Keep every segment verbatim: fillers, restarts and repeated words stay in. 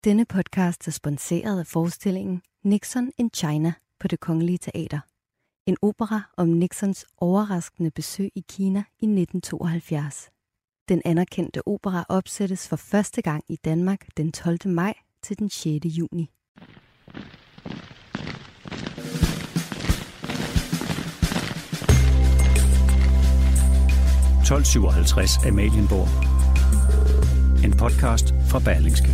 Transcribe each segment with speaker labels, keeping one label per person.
Speaker 1: Denne podcast er sponsoreret af forestillingen Nixon in China på Det Kongelige Teater. En opera om Nixons overraskende besøg i Kina i nitten tooghalvfjerds. Den anerkendte opera opsættes for første gang i Danmark den tolvte maj til den sjette juni.
Speaker 2: tolv syvoghalvtreds Amalienborg. En podcast fra Berlingske.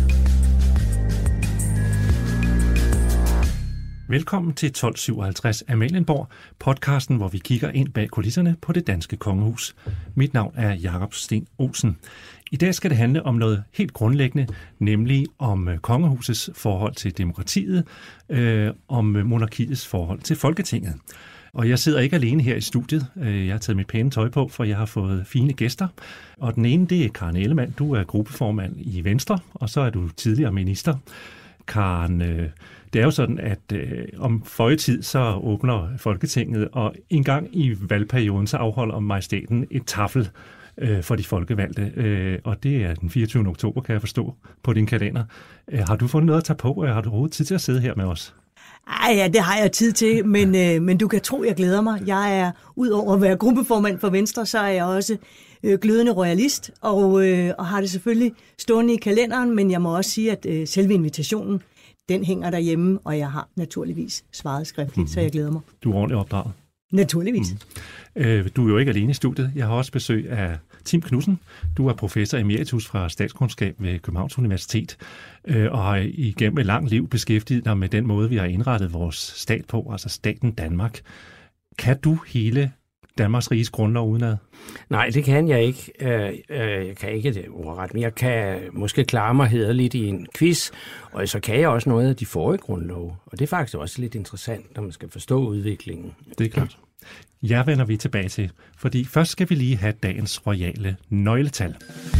Speaker 2: Velkommen til tolv syvoghalvtreds Amalienborg, podcasten, hvor vi kigger ind bag kulisserne på det danske kongehus. Mit navn er Jakob Sten Olsen. I dag skal det handle om noget helt grundlæggende, nemlig om kongehusets forhold til demokratiet, øh, om monarkiets forhold til Folketinget. Og jeg sidder ikke alene her i studiet. Jeg har taget mit pæne tøj på, for jeg har fået fine gæster. Og den ene, det er Karen Ellemann. Du er gruppeformand i Venstre, og så er du tidligere minister. Karen, det er jo sådan, at om føjetid, så åbner Folketinget, og en gang i valgperioden, så afholder majestæten et taffel for de folkevalgte, og det er den fireogtyvende oktober, kan jeg forstå, på din kalender. Har du fundet noget at tage på, og har du overhovedet tid til at sidde her med os?
Speaker 3: Ej, ja, det har jeg tid til, men, øh, men du kan tro, jeg glæder mig. Jeg er, ud over at være gruppeformand for Venstre, så er jeg også øh, glødende royalist, og, øh, og har det selvfølgelig stående i kalenderen, men jeg må også sige, at øh, selve invitationen, den hænger derhjemme, og jeg har naturligvis svaret skriftligt, mm-hmm. så jeg glæder mig.
Speaker 2: Du er ordentligt opdraget.
Speaker 3: Naturligvis.
Speaker 2: Mm. Øh, du er jo ikke alene i studiet. Jeg har også besøg af Tim Knudsen. Du er professor emeritus fra statskundskab ved Københavns Universitet, øh, og har igennem et langt liv beskæftiget dig med den måde, vi har indrettet vores stat på, altså staten Danmark. Kan du hele Danmarks Riges grundlov udenad?
Speaker 4: Nej, det kan jeg ikke. Jeg kan ikke det ordret, men jeg kan måske klare mig hæderligt i en quiz, og så kan jeg også noget af de forrige grundlove. Og det er faktisk også lidt interessant, når man skal forstå udviklingen.
Speaker 2: Det er klart. Jeg vender vi tilbage til, fordi først skal vi lige have dagens royale nøgletal.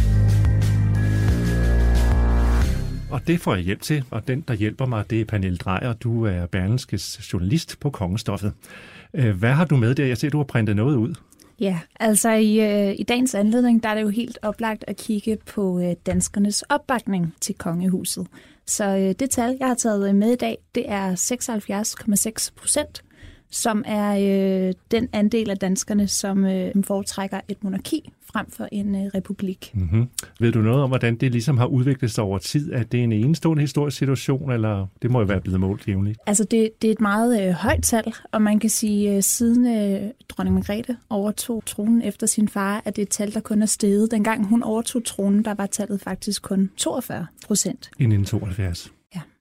Speaker 2: Og det får jeg hjælp til, og den, der hjælper mig, det er Pernille Dreyer. Du er Berlingskes journalist på kongestoffet. Hvad har du med der? Jeg ser, du har printet noget ud.
Speaker 5: Ja, altså i, øh, i dagens anledning, der er det jo helt oplagt at kigge på øh, danskernes opbakning til kongehuset. Så øh, det tal, jeg har taget med i dag, det er seksoghalvfjerds komma seks procent, som er øh, den andel af danskerne, som øh, foretrækker et monarki frem for en øh, republik.
Speaker 2: Mm-hmm. Ved du noget om, hvordan det ligesom har udviklet sig over tid? Er det en enestående historisk situation, eller det må jo være blevet målt jævnligt?
Speaker 5: Altså det, det er et meget øh, højt tal, og man kan sige, øh, siden øh, dronning Margrethe overtog tronen efter sin far, at det er et tal, der kun er steget. Dengang hun overtog tronen, der var tallet faktisk kun toogfyrre procent.
Speaker 2: I nitten tooghalvfjerds.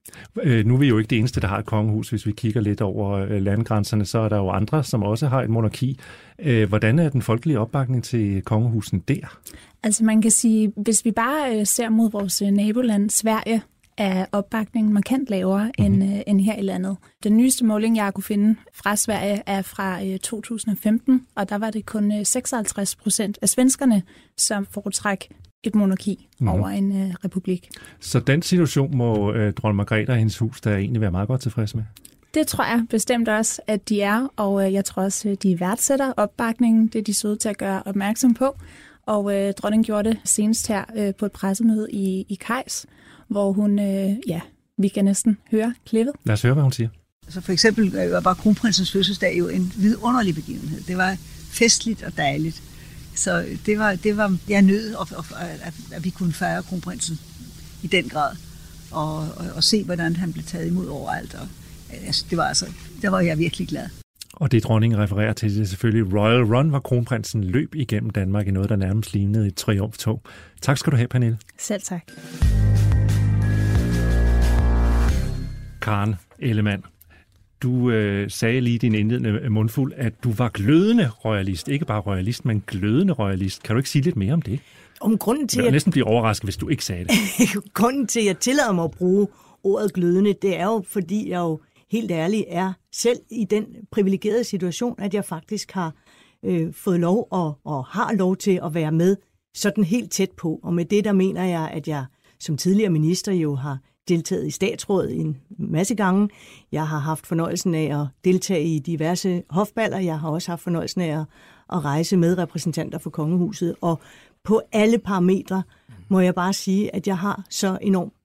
Speaker 2: Øh, nu er vi jo ikke det eneste, der har et kongehus. Hvis vi kigger lidt over øh, landegrænserne, så er der jo andre, som også har et monarki. Øh, hvordan er den folkelige opbakning til kongehusen der?
Speaker 5: Altså man kan sige, hvis vi bare øh, ser mod vores øh, naboland Sverige, er opbakningen markant lavere mm-hmm. end, øh, end her i landet. Den nyeste måling, jeg kunne finde fra Sverige, er fra øh, to tusind og femten, og der var det kun øh, seksoghalvtreds procent af svenskerne, som foretræk et monarki mm-hmm. over en øh, republik.
Speaker 2: Så den situation må øh, dronning Margrethe og hendes hus der egentlig være meget godt tilfreds med?
Speaker 5: Det tror jeg bestemt også, at de er, og øh, jeg tror også, at de værdsætter opbakningen. Det er de søde til at gøre opmærksom på. Og øh, dronningen gjorde det senest her øh, på et pressemøde i, i Kajs, hvor hun, øh, ja, vi kan næsten høre klippet.
Speaker 2: Lad os høre, hvad hun siger.
Speaker 6: Altså for eksempel var kronprinsens fødselsdag jo en vidunderlig begivenhed. Det var festligt og dejligt. Så det var, det var jeg nød, at, at vi kunne fejre kronprinsen i den grad, og, og, og se, hvordan han blev taget imod overalt. Og, altså, det var altså, der var jeg virkelig glad.
Speaker 2: Og det dronningen refererer til, det er selvfølgelig Royal Run, hvor kronprinsen løb igennem Danmark i noget, der nærmest lignede et triumftog. Tak skal du have, Pernille.
Speaker 5: Selv tak.
Speaker 2: Karen Ellemann. Du øh, sagde lige i din indledende mundfuld, at du var glødende royalist. Ikke bare royalist, men glødende royalist. Kan du ikke sige lidt mere om det?
Speaker 3: Om grunden til,
Speaker 2: jeg vil
Speaker 3: at...
Speaker 2: næsten blive overrasket, hvis du ikke sagde det.
Speaker 3: Grunden til, at jeg tillader mig at bruge ordet glødende, det er jo, fordi jeg jo helt ærligt er selv i den privilegerede situation, at jeg faktisk har øh, fået lov og, og har lov til at være med sådan helt tæt på. Og med det, der mener jeg, at jeg som tidligere minister jo har deltaget i statsrådet en masse gange. Jeg har haft fornøjelsen af at deltage i diverse hofballer. Jeg har også haft fornøjelsen af at, at rejse med repræsentanter for kongehuset. Og på alle parametre må jeg bare sige, at jeg har så enormt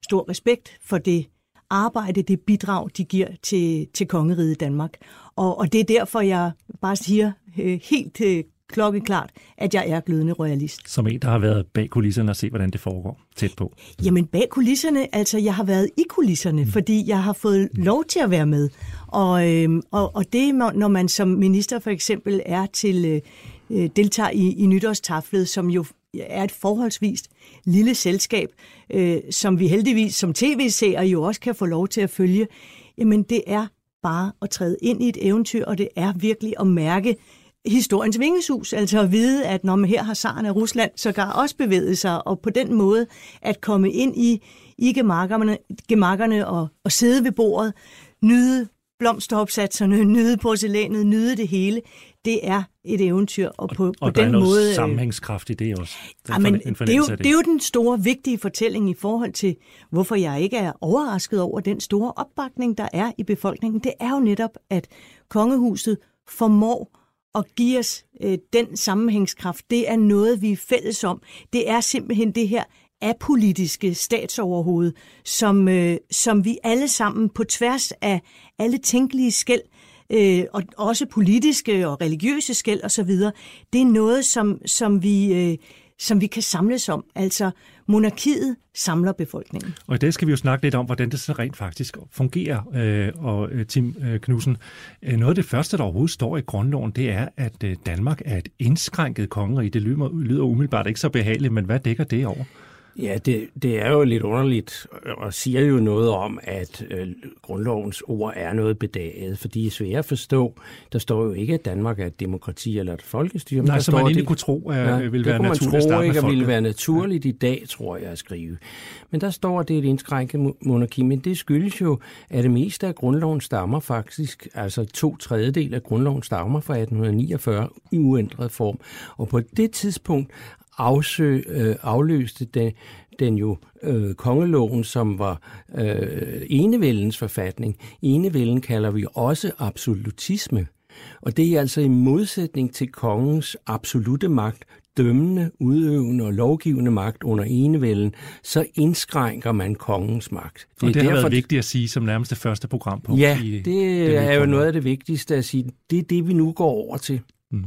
Speaker 3: stor respekt for det arbejde, det bidrag, de giver til, til kongeriget Danmark. Og, og det er derfor, jeg bare siger øh, helt øh, klokkeklart, at jeg er glødende royalist.
Speaker 2: Som en, der har været bag kulisserne og se, hvordan det foregår tæt på.
Speaker 3: Jamen bag kulisserne, altså jeg har været i kulisserne, mm. fordi jeg har fået lov til at være med. Og, øh, og, og det, når man som minister for eksempel er til øh, deltager i, i nytårstaflet, som jo er et forholdsvist lille selskab, øh, som vi heldigvis som tv-seere jo også kan få lov til at følge, jamen det er bare at træde ind i et eventyr, og det er virkelig at mærke historiens vingesus, altså at vide, at når man her har zaren af Rusland sågar også bevæget sig, og på den måde at komme ind i, i gemakkerne, gemakkerne og, og sidde ved bordet, nyde blomsteropsatserne, nyde porcelænet, nyde det hele, det er et eventyr, og på,
Speaker 2: og,
Speaker 3: på
Speaker 2: og
Speaker 3: den måde... Og
Speaker 2: der er noget sammenhængskraft i det også.
Speaker 3: Jamen, det, er jo, det er jo den store, vigtige fortælling i forhold til, hvorfor jeg ikke er overrasket over den store opbakning, der er i befolkningen. Det er jo netop, at kongehuset formår at give os øh, den sammenhængskraft. Det er noget, vi er fælles om. Det er simpelthen det her apolitiske statsoverhoved, som, øh, som vi alle sammen på tværs af alle tænkelige skel, øh, og også politiske og religiøse skel osv., det er noget, som, som, vi, øh, som vi kan samles om. Altså monarkiet samler befolkningen.
Speaker 2: Og i dag skal vi jo snakke lidt om, hvordan det så rent faktisk fungerer. Øh, og Tim Knudsen, noget af det første, der overhovedet står i grundloven, det er, at Danmark er et indskrænket kongerige. Det lyder, lyder umiddelbart ikke så behageligt, men hvad dækker det over?
Speaker 4: Ja, det, det er jo lidt underligt, og siger jo noget om, at øh, grundlovens ord er noget bedaget, for de er svære at forstå. Der står jo ikke, at Danmark er et demokrati eller et folkestyre.
Speaker 2: Nej, som man egentlig
Speaker 4: det,
Speaker 2: kunne tro, at
Speaker 4: ja,
Speaker 2: ville være naturligt
Speaker 4: at
Speaker 2: starte med
Speaker 4: ikke,
Speaker 2: folket.
Speaker 4: ville være naturligt i dag, tror jeg, at skrive. Men der står, at det er et indskrænket monarki, men det skyldes jo, at det meste af grundloven stammer faktisk, altså to tredjedel af grundloven stammer fra atten niogfyrre i uændret form. Og på det tidspunkt afsøg, øh, afløste den, den jo øh, kongeloven, som var øh, enevældens forfatning. Enevælden kalder vi også absolutisme. Og det er altså i modsætning til kongens absolute magt, dømmende, udøvende og lovgivende magt under enevælden, så indskrænker man kongens magt.
Speaker 2: Det, og det
Speaker 4: derfor,
Speaker 2: har været vigtigt at sige som nærmest det første program på.
Speaker 4: Ja,
Speaker 2: i,
Speaker 4: det, det er jo noget af det vigtigste at sige. Det er det, vi nu går over til.
Speaker 2: Mm.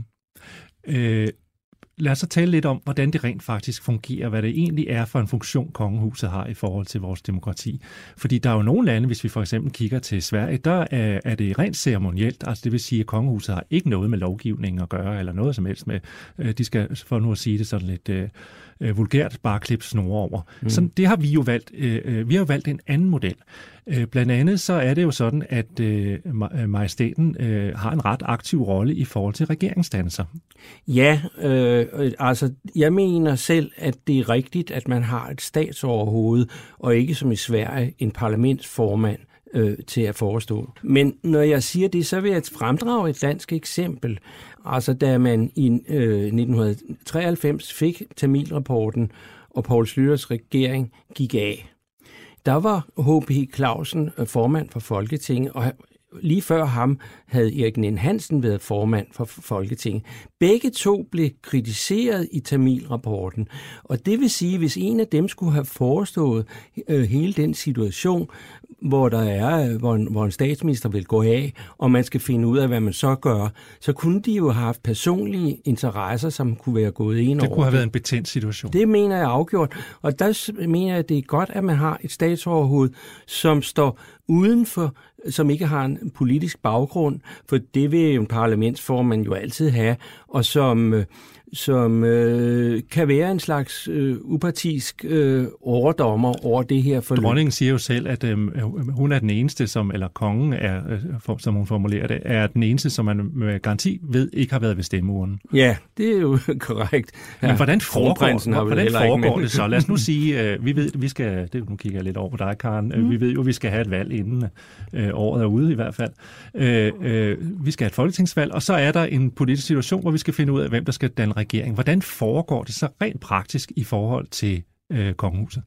Speaker 2: Øh, Lad os så tale lidt om, hvordan det rent faktisk fungerer, hvad det egentlig er for en funktion, kongehuset har i forhold til vores demokrati. Fordi der er jo nogle lande, hvis vi for eksempel kigger til Sverige, der er, er det rent ceremonielt, altså det vil sige, at kongehuset har ikke noget med lovgivning at gøre, eller noget som helst med, de skal, for nu at sige det sådan lidt øh, vulgært, bare klippe snore over. Mm. Så det har vi jo valgt. Øh, vi har jo valgt en anden model. Øh, blandt andet så er det jo sådan, at øh, majestæten øh, har en ret aktiv rolle i forhold til regeringsdannelser.
Speaker 4: Ja, øh, altså jeg mener selv, at det er rigtigt, at man har et statsoverhoved, og ikke som i Sverige en parlamentsformand øh, til at forestå. Men når jeg siger det, så vil jeg fremdrage et dansk eksempel. Altså da man i øh, nitten treoghalvfems fik Tamilrapporten, og Poul Schlüters regering gik af. Der var H P Clausen formand for Folketinget, og lige før ham havde Erik Ninn Hansen været formand for Folketinget. Begge to blev kritiseret i Tamilrapporten, og det vil sige, at hvis en af dem skulle have forestået øh, hele den situation, hvor der er, hvor en, hvor en statsminister vil gå af, og man skal finde ud af, hvad man så gør, så kunne de jo have haft personlige interesser, som kunne være gået ind over.
Speaker 2: Det kunne have været en betændt situation.
Speaker 4: Det mener jeg afgjort, og der mener jeg, at det er godt, at man har et statsoverhoved, som står udenfor, som ikke har en politisk baggrund, for det vil en parlamentsformand jo altid have, og som, som øh, kan være en slags øh, upartisk øh, overdommer over det her forløb.
Speaker 2: Dronningen siger jo selv, at øh, hun er den eneste, som, eller kongen er, øh, for, som hun formulerer det, er den eneste, som man med garanti ved ikke har været ved stemmeurnen.
Speaker 4: Ja, det er jo korrekt. Ja,
Speaker 2: men hvordan foregår, hvordan foregår det så? Lad os nu sige, øh, vi ved, vi skal, det, nu kigger jeg lidt over på dig, Karen, mm. vi ved jo, at vi skal have et valg inden øh, året er ude i hvert fald. Øh, øh, vi skal have et folketingsvalg, og så er der en politisk situation, hvor vi skal finde ud af, hvem der skal danne regering. Hvordan foregår det så rent praktisk i forhold til øh, kongehuset?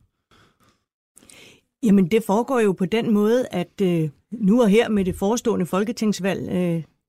Speaker 3: Jamen, det foregår jo på den måde, at øh, nu og her med det forestående folketingsvalg øh,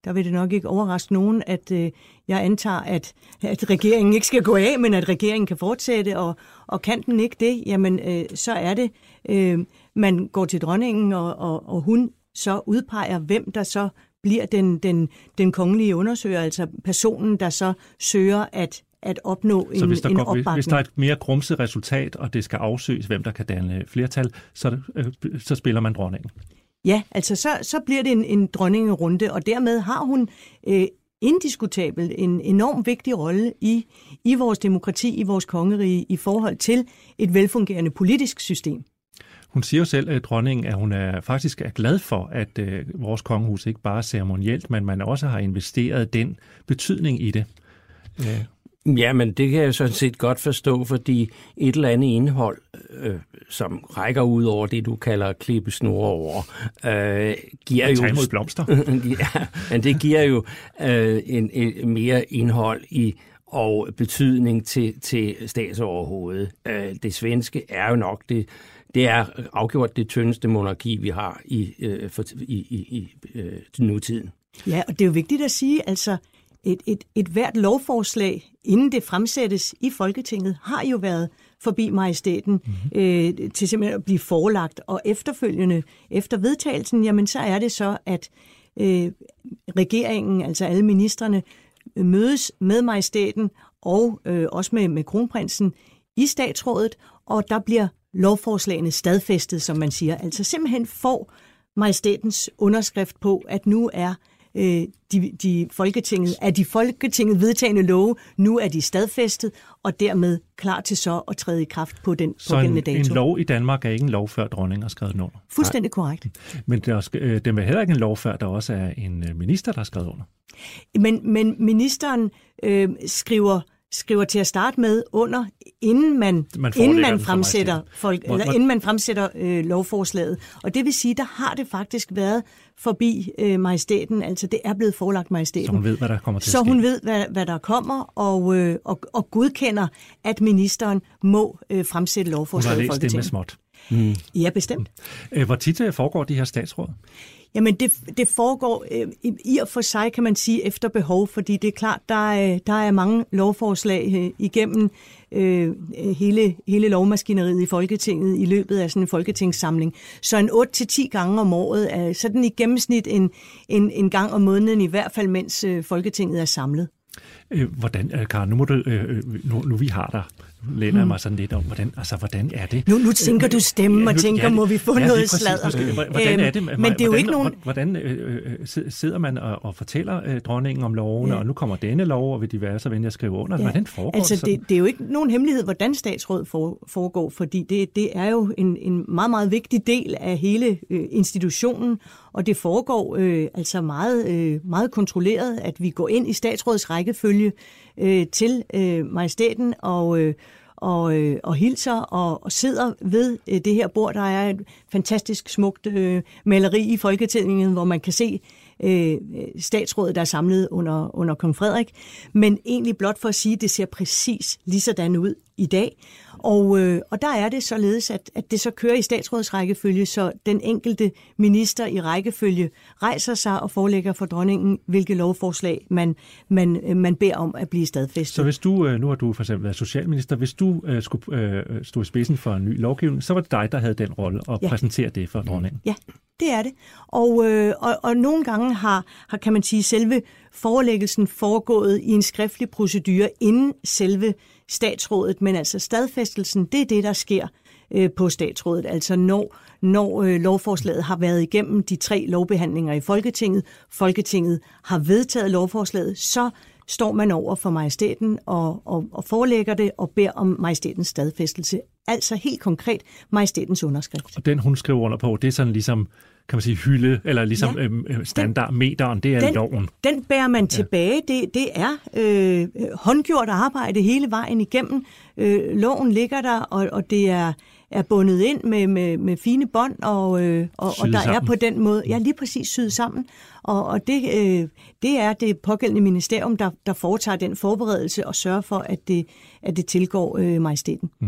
Speaker 3: der vil det nok ikke overraske nogen, at øh, jeg antager, at, at regeringen ikke skal gå af, men at regeringen kan fortsætte, og, og kan den ikke det, jamen øh, så er det, øh, man går til dronningen, og, og, og hun så udpeger, hvem der så bliver den, den, den kongelige undersøger, altså personen, der så søger at, at opnå en,
Speaker 2: så hvis der
Speaker 3: en
Speaker 2: går,
Speaker 3: opbakning.
Speaker 2: Hvis der er et mere grumset resultat, og det skal afsøges, hvem der kan danne flertal, så, øh, så spiller man dronningen.
Speaker 3: Ja, altså så, så bliver det en, en dronningerunde, og dermed har hun øh, indiskutabelt en enorm vigtig rolle i, i vores demokrati, i vores kongerige, i forhold til et velfungerende politisk system.
Speaker 2: Hun siger jo selv, at dronningen, at hun er faktisk er glad for, at øh, vores kongehus ikke bare er ceremonielt, men man også har investeret den betydning i det. Øh.
Speaker 4: Ja, men det kan jeg sådan set godt forstå, fordi et eller andet indhold, øh, som rækker ud over det, du kalder klippesnore over, øh, giver jo...
Speaker 2: Tag imod blomster.
Speaker 4: Ja, men det giver jo øh, en, en mere indhold i og betydning til, til statsoverhovedet. Øh, det svenske er jo nok det... Det er afgjort det tyndeste monarki, vi har i, øh, for, i, i, i øh, nutiden. Ja, og det er jo vigtigt at sige, altså et, et, et hvert lovforslag, inden det fremsættes i Folketinget, har jo været forbi majestæten mm-hmm. øh, til simpelthen at blive forelagt. Og efterfølgende, efter vedtagelsen, jamen så er det så, at øh, regeringen, altså alle ministrene, mødes med majestæten og øh, også med, med kronprinsen i statsrådet, og der bliver lovforslagene stadfæstet, som man siger. Altså simpelthen får majestætens underskrift på, at nu er øh, de, de Folketinget, er de Folketinget vedtagne love, nu er de stadfæstet, og dermed klar til så at træde i kraft på den pågældende dato.
Speaker 2: Så en lov i Danmark er ikke en lov, før dronningen har skrevet den under?
Speaker 3: Fuldstændig korrekt.
Speaker 2: Men det er, øh, den er heller ikke en lov, før der også er en minister, der har skrevet under?
Speaker 3: Men, men ministeren øh, skriver skriver til at starte med under, inden man, man, inden man fremsætter, folk, hvor, eller inden man fremsætter øh, lovforslaget. Og det vil sige, der har det faktisk været forbi øh, majestæten, altså det er blevet forelagt majestæten.
Speaker 2: Så hun ved, hvad der kommer til
Speaker 3: Så
Speaker 2: at ske.
Speaker 3: hun ved, hvad, hvad der kommer, og, øh, og, og godkender, at ministeren må øh, fremsætte lovforslaget i Folketinget.
Speaker 2: Hun har læst det med småt.
Speaker 3: Mm. Ja, bestemt.
Speaker 2: Hvor tit foregår de her statsråd?
Speaker 3: Jamen, det, det foregår øh, i og for sig, kan man sige, efter behov, fordi det er klart, der er, der er mange lovforslag øh, igennem øh, hele, hele lovmaskineriet i Folketinget i løbet af sådan en folketingssamling. Så en otte til ti gange om året er sådan i gennemsnit en, en, en gang om måneden, i hvert fald mens øh, Folketinget er samlet.
Speaker 2: Hvordan, Karen, nu må du, nu, nu vi har der, læner jeg mig sådan lidt om, hvordan, altså, hvordan er det?
Speaker 3: Nu, nu tænker du stemmen og tænker, ja, må vi få ja, noget sladder?
Speaker 2: Måske, hvordan er det?
Speaker 3: Men det er
Speaker 2: hvordan,
Speaker 3: jo ikke nogen...
Speaker 2: Hvordan øh, sidder man og, og fortæller øh, dronningen om lovene, ja. Og nu kommer denne lov, og vil de være så venlige at skrive under? Ja. Hvordan foregår
Speaker 3: altså,
Speaker 2: det sådan?
Speaker 3: Det, det er jo ikke nogen hemmelighed, hvordan statsråd for, foregår, fordi det, det er jo en, en meget, meget vigtig del af hele øh, institutionen, og det foregår øh, altså meget, øh, meget kontrolleret, at vi går ind i statsrådets rækkefølge øh, til øh, majestæten og, øh, og, øh, og hilser og, og sidder ved øh, det her bord. Der er et fantastisk smukt øh, maleri i Folketinget, hvor man kan se øh, statsrådet, der er samlet under, under kong Frederik. Men egentlig blot for at sige, at det ser præcis lige sådan ud i dag. Og, øh, og der er det således, at, at det så kører i statsrådets rækkefølge, så den enkelte minister i rækkefølge rejser sig og forelægger for dronningen, hvilke lovforslag man, man, man beder om at blive stadfæstet.
Speaker 2: Så hvis du, nu har du for eksempel været socialminister, hvis du øh, skulle øh, stå i spidsen for en ny lovgivning, så var det dig, der havde den rolle og ja. præsentere det for dronningen?
Speaker 3: Ja, det er det. Og, øh, og, og nogle gange har, har, kan man sige, selve forelæggelsen foregået i en skriftlig procedure inden selve statsrådet, men altså stadfæstelsen, det er det, der sker øh, på statsrådet. Altså når, når øh, lovforslaget har været igennem de tre lovbehandlinger i Folketinget, Folketinget har vedtaget lovforslaget, så står man over for majestæten og, og, og forelægger det og beder om majestætens stadfæstelse. Altså helt konkret majestætens underskrift.
Speaker 2: Og den, hun skriver under på, det er sådan ligesom, kan man sige, hylde, eller ligesom ja, øh, standardmeteren, det er
Speaker 3: den,
Speaker 2: loven.
Speaker 3: Den bærer man tilbage. Ja. Det, det er øh, håndgjort arbejde hele vejen igennem. Øh, loven ligger der, og, og det er, er bundet ind med, med, med fine bånd, og, øh, og, og der sammen. Er på den måde, ja, lige præcis syet sammen. Og, og det, øh, det er det pågældende ministerium, der, der foretager den forberedelse og sørger for, at det, at det tilgår øh, majestæten.
Speaker 2: Mm.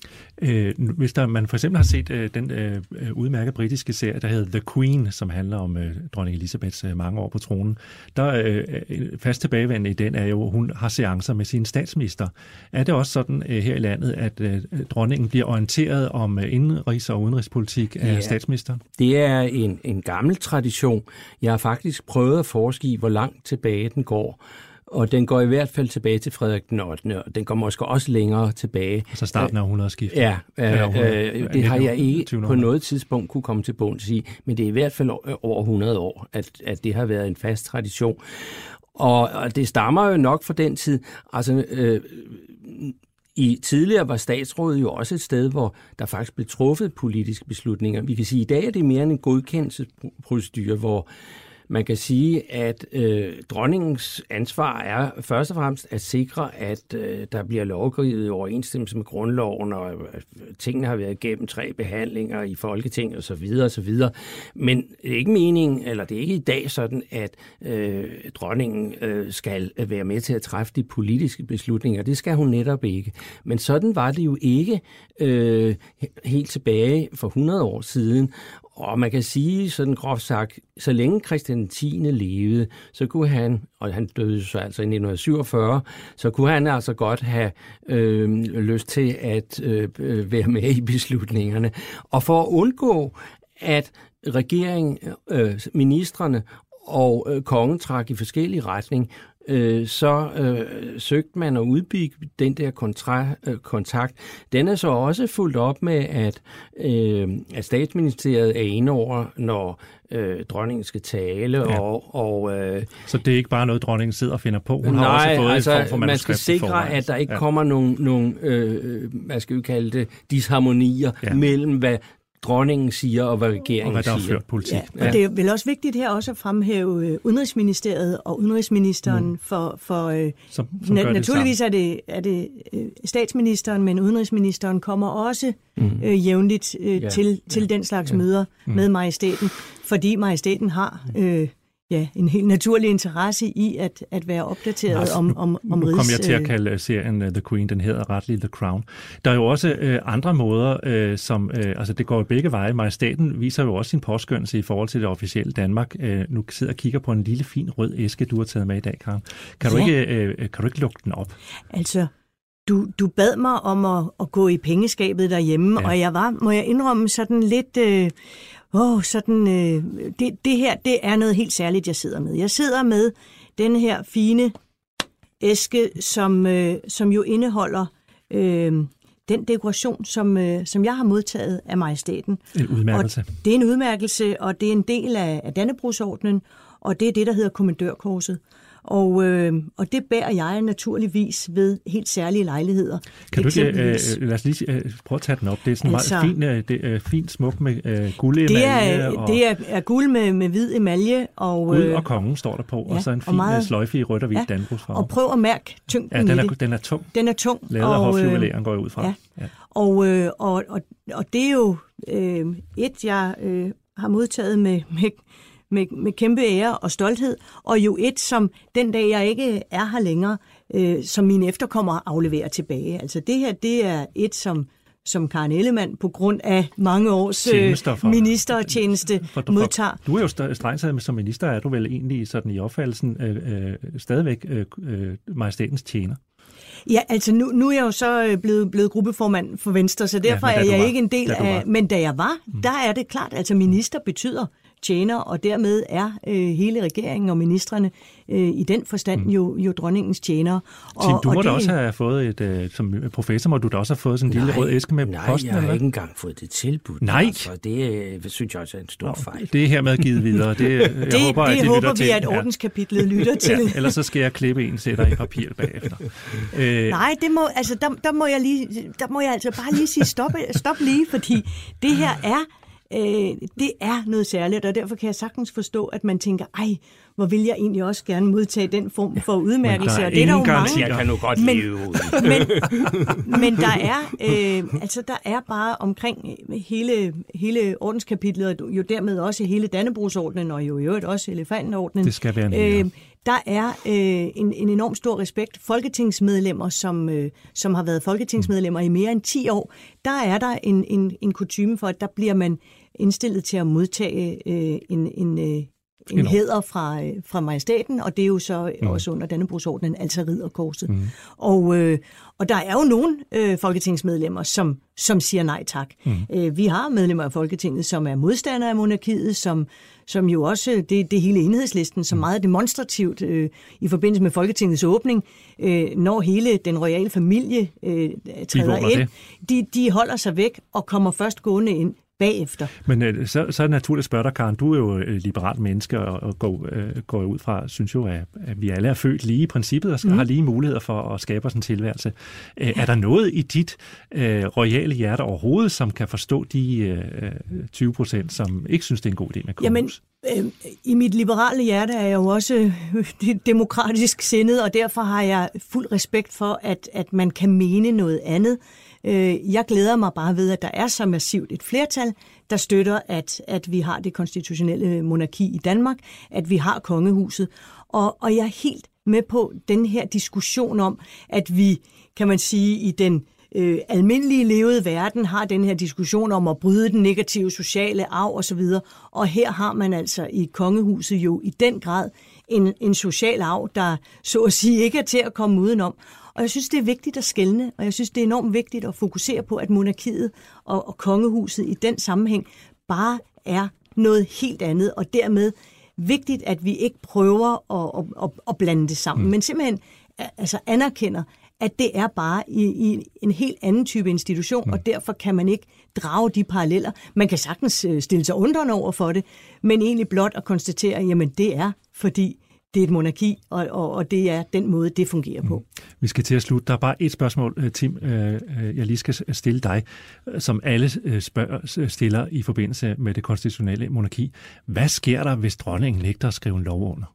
Speaker 2: Øh, hvis der, man for eksempel har set øh, den øh, udmærkede britiske serie, der hedder The Queen, som handler om øh, dronning Elizabeths øh, mange år på tronen, der øh, fast tilbagevendende i den er jo, hun har seancer med sin statsminister. Er det også sådan øh, her i landet, at øh, dronningen bliver orienteret om øh, indenrigs- og udenrigspolitik af ja, statsministeren?
Speaker 4: Det er en, en gammel tradition. Jeg har faktisk prøvet at forske i, hvor langt tilbage den går. Og den går i hvert fald tilbage til Frederik den ottende, og den går måske også længere tilbage.
Speaker 2: Altså starten af århundredeskiftet?
Speaker 4: Ja, øh, øh, det har jeg ikke på noget tidspunkt kunne komme til bunds i, men det er i hvert fald over hundrede år, at, at det har været en fast tradition. Og, og det stammer jo nok fra den tid. Altså, øh, i tidligere var statsrådet jo også et sted, hvor der faktisk blev truffet politiske beslutninger. Vi kan sige, at i dag er det mere en godkendelsesprocedure, hvor man kan sige, at øh, dronningens ansvar er først og fremmest at sikre, at øh, der bliver lovgivet i overensstemmelse med grundloven, og øh, tingene har været igennem tre behandlinger i Folketinget osv. osv. Men det er ikke meningen, eller det er ikke i dag sådan, at øh, dronningen øh, skal være med til at træffe de politiske beslutninger. Det skal hun netop ikke. Men sådan var det jo ikke øh, helt tilbage for hundrede år siden. Og man kan sige, sådan groft sagt, så længe Christian tiende levede, så kunne han, og han døde så altså i nitten syvogfyrre, så kunne han altså godt have øh, lyst til at øh, være med i beslutningerne. Og for at undgå, at regeringen, øh, ministrene og øh, kongen trak i forskellige retning, øh, så øh, søgte man at udbygge den der kontra- øh, kontakt. Den er så også fulgt op med, at, øh, at statsministeriet er inde over, når øh, dronningen skal tale. Ja. Og, og, øh,
Speaker 2: så det er ikke bare noget, dronningen sidder og finder på? Hun
Speaker 4: nej,
Speaker 2: har også fået
Speaker 4: altså,
Speaker 2: en form for
Speaker 4: man skal sikre, at der ikke ja. kommer nogen, nogen øh, hvad skal vi kalde det, disharmonier ja. mellem, hvad dronningen siger, og hvad regeringen
Speaker 2: og hvad der er
Speaker 4: siger.
Speaker 2: Ført politik.
Speaker 3: Ja, og ja. det er vel også vigtigt her også at fremhæve Udenrigsministeriet og Udenrigsministeren mm. for, for som, som na- naturligvis det er det, er det statsministeren, men Udenrigsministeren kommer også mm. øh, jævnligt øh, ja. til, til ja. den slags ja. møder mm. med majestæten, fordi majestæten har øh, ja, en helt naturlig interesse i at, at være opdateret altså, om, om, om
Speaker 2: nu
Speaker 3: rigs...
Speaker 2: Nu kom jeg til at kalde serien uh, The Queen, den hedder retlig The Crown. Der er jo også øh, andre måder, øh, som... Øh, altså det går jo begge veje. Majestæten viser jo også sin påskønnelse i forhold til det officielle Danmark. Øh, nu sidder og kigger på en lille, fin rød æske, du har taget med i dag, Karen. Kan du, ja. ikke, øh, kan du ikke lukke den op?
Speaker 3: Altså... Du, du bad mig om at, at gå i pengeskabet derhjemme, ja. og jeg var, må jeg indrømme, sådan lidt... Øh, åh, sådan... Øh, det, det her, det er noget helt særligt, jeg sidder med. Jeg sidder med den her fine æske, som, øh, som jo indeholder øh, den dekoration, som, øh, som jeg har modtaget af majestæten.
Speaker 2: En udmærkelse.
Speaker 3: Og det er en udmærkelse, og det er en del af, af Dannebrogsordenen, og det er det, der hedder kommandørkorset. Og, øh, og det bærer jeg naturligvis ved helt særlige lejligheder.
Speaker 2: Kan du ikke, øh, lad os lige øh, prøve at tage den op. Det er sådan altså, meget fin, øh, det, øh, fint smuk med øh, guldemalje.
Speaker 3: Det er, og, det er, er guld med, med hvid emalje. Og,
Speaker 2: guld og kongen står der på, ja, og så en fin meget, sløjfe i rødt og hvidt ja, dannebrogsfarve.
Speaker 3: Og prøv at mærke tyngden
Speaker 2: ja, den er,
Speaker 3: i det.
Speaker 2: Den er tung.
Speaker 3: Den er tung.
Speaker 2: Lavet af hofjuveleren går jeg ud fra.
Speaker 3: Ja. Ja. Og, øh, og, og, og det er jo øh, et, jeg øh, har modtaget med... med Med, med kæmpe ære og stolthed, og jo et, som den dag, jeg ikke er her længere, øh, som mine efterkommere afleverer tilbage. Altså det her, det er et, som, som Karen Ellemann på grund af mange års øh, ministertjeneste modtager.
Speaker 2: Du er jo strengt taget som minister, er du vel egentlig sådan i opfattelsen øh, øh, stadigvæk øh, øh, majestætens tjener?
Speaker 3: Ja, altså nu, nu er jeg jo så blevet, blevet gruppeformand for Venstre, så derfor ja, er jeg var, ikke en del af... Men da jeg var, mm. der er det klart, altså minister betyder tjener, og dermed er øh, hele regeringen og ministrene øh, i den forstand jo, jo dronningens tjenere. Og,
Speaker 2: Tim, du
Speaker 3: og
Speaker 2: må
Speaker 3: det,
Speaker 2: da også have fået et, øh, som professor må du da også have fået sådan en lille rød æske med
Speaker 4: nej,
Speaker 2: posten?
Speaker 4: Nej, jeg har
Speaker 2: eller?
Speaker 4: ikke engang fået det tilbud.
Speaker 2: Nej!
Speaker 4: Altså, det øh, synes jeg også er en stor Nå, fejl.
Speaker 2: Det er hermed givet videre. Det, jeg
Speaker 3: det,
Speaker 2: håber,
Speaker 3: det
Speaker 2: at de
Speaker 3: håber vi,
Speaker 2: til.
Speaker 3: at ordenskapitlet lytter til.
Speaker 2: Ja, ellers så skal jeg klippe en sætter i papir bagefter.
Speaker 3: Øh, nej, det må, altså, der, der, må jeg lige, der må jeg altså bare lige sige stop, stop lige, fordi det her er Øh, det er noget særligt, og derfor kan jeg sagtens forstå, at man tænker, ej, hvor vil jeg egentlig også gerne modtage den form for udmærkelse.
Speaker 2: Ja,
Speaker 3: og det er der jo mange.
Speaker 4: Jeg kan nu godt
Speaker 3: men,
Speaker 4: leve uden.
Speaker 3: men, men der er, øh, altså der er bare omkring hele, hele ordenskapitlet, og jo dermed også hele Dannebrogsordenen, og jo i øvrigt også elefantordenen.
Speaker 2: Det skal være en
Speaker 3: øh, Der er øh, en, en enorm stor respekt. Folketingsmedlemmer, som, øh, som har været folketingsmedlemmer i mere end ti år, der er der en, en, en kutyme for, at der bliver man indstillet til at modtage øh, en, en, øh, en hæder fra, øh, fra majestaten, og det er jo så mm. også under Dannebrogsordenen, altså ridderkorset. Mm. Og, øh, og der er jo nogle øh, folketingsmedlemmer, som, som siger nej tak. Mm. Øh, vi har medlemmer af Folketinget, som er modstandere af monarkiet, som, som jo også, det, det hele Enhedslisten, som meget demonstrativt øh, i forbindelse med Folketingets åbning, øh, når hele den royale familie øh, træder ind, de, de holder sig væk og kommer først gående ind bagefter.
Speaker 2: Men øh, så, så er det naturligt at spørge dig, Karen. Du er jo et liberalt menneske og, og går, øh, går ud fra, synes jo, at, at vi alle er født lige i princippet og mm. har lige muligheder for at skabe os en tilværelse. Øh, ja. Er der noget i dit øh, royale hjerte overhovedet, som kan forstå de øh, tyve procent, som ikke synes, det er en god idé med kongehus?
Speaker 3: Jamen, øh, i mit liberale hjerte er jeg jo også øh, demokratisk sindet, og derfor har jeg fuld respekt for, at, at man kan mene noget andet. Jeg glæder mig bare ved, at der er så massivt et flertal, der støtter, at, at vi har det konstitutionelle monarki i Danmark, at vi har kongehuset. Og, og jeg er helt med på den her diskussion om, at vi, kan man sige, i den øh, almindelige levede verden har den her diskussion om at bryde den negative sociale arv osv. Og her har man altså i kongehuset jo i den grad en, en social arv, der så at sige ikke er til at komme udenom. Og jeg synes, det er vigtigt at skelne, og jeg synes, det er enormt vigtigt at fokusere på, at monarkiet og, og kongehuset i den sammenhæng bare er noget helt andet, og dermed vigtigt, at vi ikke prøver at, at, at, at blande det sammen, mm. men simpelthen altså anerkender, at det er bare i, i en helt anden type institution, mm. og derfor kan man ikke drage de paralleller. Man kan sagtens stille sig undrende over for det, men egentlig blot at konstatere, jamen det er, fordi det er et monarki, og, og, og det er den måde, det fungerer på. Mm.
Speaker 2: Vi skal til at slutte. Der er bare et spørgsmål, Tim, jeg lige skal stille dig, som alle spørger, stiller i forbindelse med det konstitutionelle monarki. Hvad sker der, hvis dronningen nægter at skrive en lov under?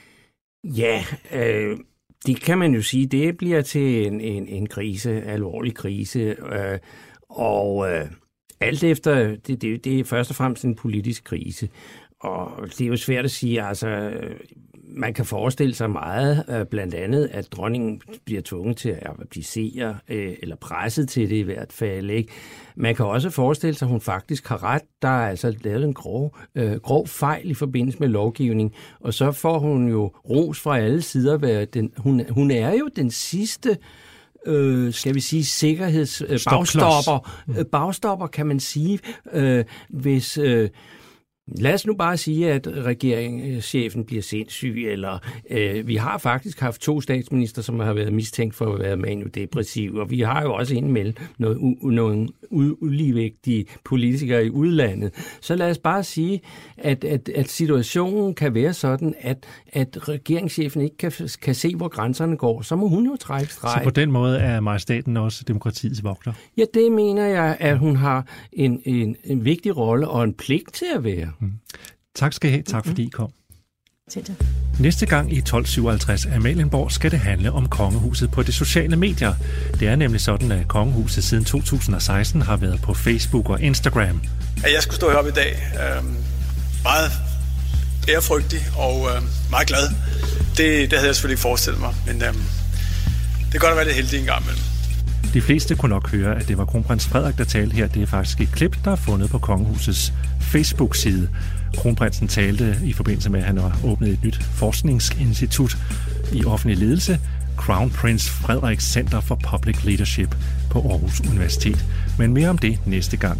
Speaker 4: Ja, øh, det kan man jo sige, det bliver til en, en, en krise, alvorlig krise, øh, og øh, alt efter, det, det, det er først og fremmest en politisk krise. Og det er jo svært at sige, altså man kan forestille sig meget, blandt andet, at dronningen bliver tvunget til at abdicere, eller presset til det i hvert fald, ikke? Man kan også forestille sig, at hun faktisk har ret. Der er altså lavet en grov, øh, grov fejl i forbindelse med lovgivning, og så får hun jo ros fra alle sider. Den, hun, hun er jo den sidste Øh, skal vi sige, sikkerhedsbagstopper, øh, bagstopper, kan man sige, øh, hvis... Øh, Lad os nu bare sige, at regeringschefen bliver sindssyg, eller øh, vi har faktisk haft to statsminister, som har været mistænkt for at være maniodepressiv, og vi har jo også indimellem noget u- nogle uligevægtige politikere i udlandet. Så lad os bare sige, at, at, at situationen kan være sådan, at, at regeringschefen ikke kan, kan se, hvor grænserne går. Så må hun jo trække streg.
Speaker 2: Så på den måde er majestaten også demokratiets vogter?
Speaker 4: Ja, det mener jeg, at hun har en, en, en vigtig rolle og en pligt til at være.
Speaker 2: Mm. Tak skal I have. Tak fordi I kom.
Speaker 3: Tæt.
Speaker 2: Næste gang i tolv syvoghalvtreds Amalienborg skal det handle om kongehuset på de sociale medier. Det er nemlig sådan, at kongehuset siden to tusind og seksten har været på Facebook og Instagram.
Speaker 7: At jeg skulle stå heroppe i dag, øh, meget ærefrygtig og øh, meget glad. Det, det havde jeg selvfølgelig ikke forestillet mig, men øh, det kan godt være lidt heldigt en gang imellem.
Speaker 2: De fleste kunne nok høre, at det var kronprins Frederik, der talte her. Det er faktisk et klip, der er fundet på kongehusets Facebook-side. Kronprinsen talte i forbindelse med, at han har åbnet et nyt forskningsinstitut i offentlig ledelse, Crown Prince Frederik Center for Public Leadership på Aarhus Universitet. Men mere om det næste gang.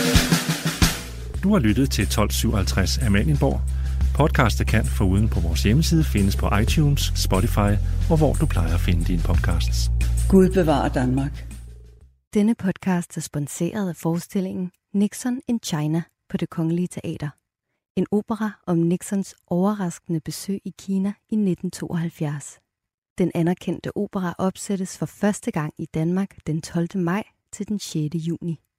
Speaker 2: Du har lyttet til tolv syvoghalvtreds Amalienborg. Podcastet kan foruden på vores hjemmeside findes på iTunes, Spotify og hvor du plejer at finde dine podcasts.
Speaker 6: Gud bevarer Danmark.
Speaker 1: Denne podcast er sponsoreret af forestillingen Nixon in China på Det Kongelige Teater. En opera om Nixons overraskende besøg i Kina i nitten tooghalvfjerds. Den anerkendte opera opsættes for første gang i Danmark den tolvte maj til den sjette juni.